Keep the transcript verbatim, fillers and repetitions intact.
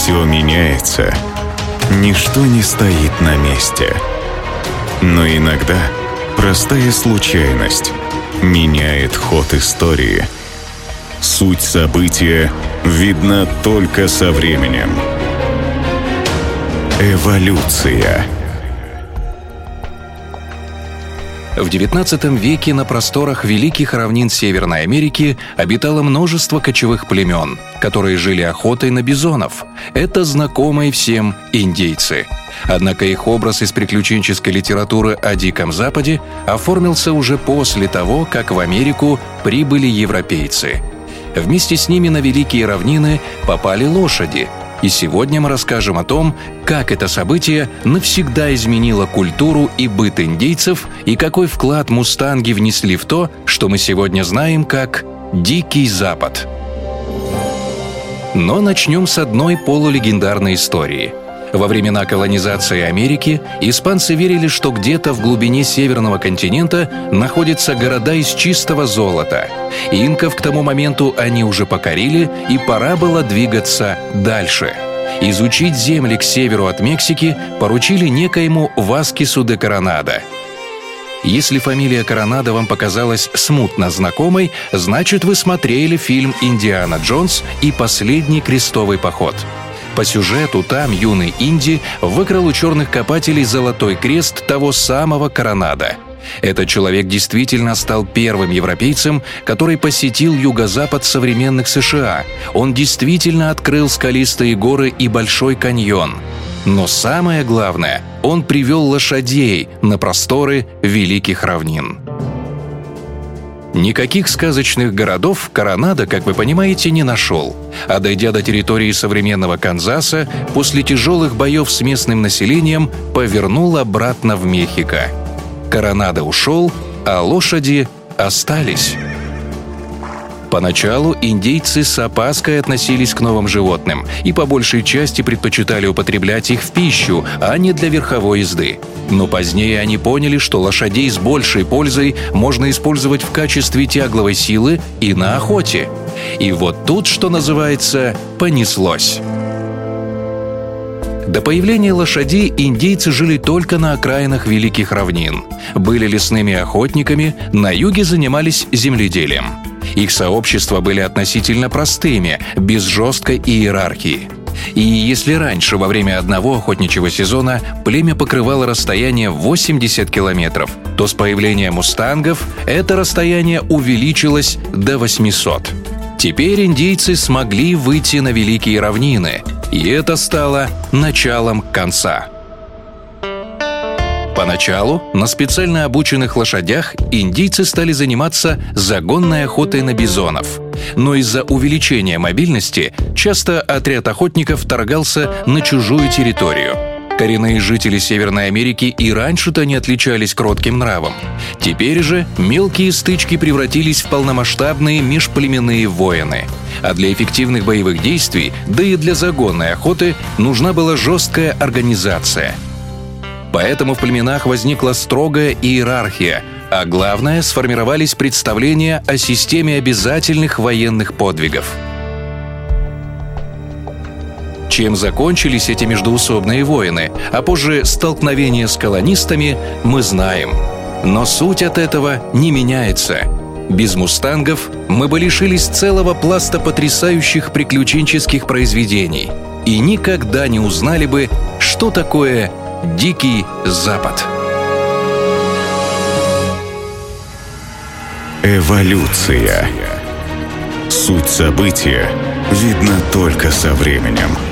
Все меняется. Ничто не стоит на месте. Но иногда простая случайность меняет ход истории. Суть события видна только со временем. Эволюция. В девятнадцатом веке на просторах великих равнин Северной Америки обитало множество кочевых племен, которые жили охотой на бизонов. Это знакомые всем индейцы. Однако их образ из приключенческой литературы о Диком Западе оформился уже после того, как в Америку прибыли европейцы. Вместе с ними на великие равнины попали лошади. И сегодня мы расскажем о том, как это событие навсегда изменило культуру и быт индейцев и какой вклад мустанги внесли в то, что мы сегодня знаем как «Дикий Запад». Но начнем с одной полулегендарной истории. Во времена колонизации Америки испанцы верили, что где-то в глубине северного континента находятся города из чистого золота. Инков к тому моменту они уже покорили, и пора было двигаться дальше. Изучить земли к северу от Мексики поручили некоему Васкесу де Коронадо. Если фамилия Коронадо вам показалась смутно знакомой, значит, вы смотрели фильм «Индиана Джонс и последний крестовый поход». По сюжету там юный Инди выкрал у черных копателей золотой крест того самого Коронадо. Этот человек действительно стал первым европейцем, который посетил юго-запад современных США. Он действительно открыл скалистые горы и Большой каньон. Но самое главное, он привел лошадей на просторы великих равнин. Никаких сказочных городов Коронадо, как вы понимаете, не нашел. А дойдя до территории современного Канзаса, после тяжелых боев с местным населением повернул обратно в Мехико. Коронадо ушел, а лошади остались. Поначалу индейцы с опаской относились к новым животным и по большей части предпочитали употреблять их в пищу, а не для верховой езды. Но позднее они поняли, что лошадей с большей пользой можно использовать в качестве тягловой силы и на охоте. И вот тут, что называется, понеслось. До появления лошадей индейцы жили только на окраинах великих равнин. Были лесными охотниками, на юге занимались земледелием. Их сообщества были относительно простыми, без жесткой иерархии. И если раньше во время одного охотничьего сезона племя покрывало расстояние восемьдесят километров, то с появлением мустангов это расстояние увеличилось до восьмисот. Теперь индейцы смогли выйти на великие равнины, и это стало началом конца. Поначалу на специально обученных лошадях индейцы стали заниматься загонной охотой на бизонов. Но из-за увеличения мобильности часто отряд охотников вторгался на чужую территорию. Коренные жители Северной Америки и раньше-то не отличались кротким нравом. Теперь же мелкие стычки превратились в полномасштабные межплеменные войны. А для эффективных боевых действий, да и для загонной охоты, нужна была жесткая организация. Поэтому в племенах возникла строгая иерархия, а главное, сформировались представления о системе обязательных военных подвигов. Чем закончились эти междоусобные войны, а позже столкновения с колонистами, мы знаем. Но суть от этого не меняется. Без мустангов мы бы лишились целого пласта потрясающих приключенческих произведений и никогда не узнали бы, что такое Дикий Запад. Эволюция. Суть события видна только со временем.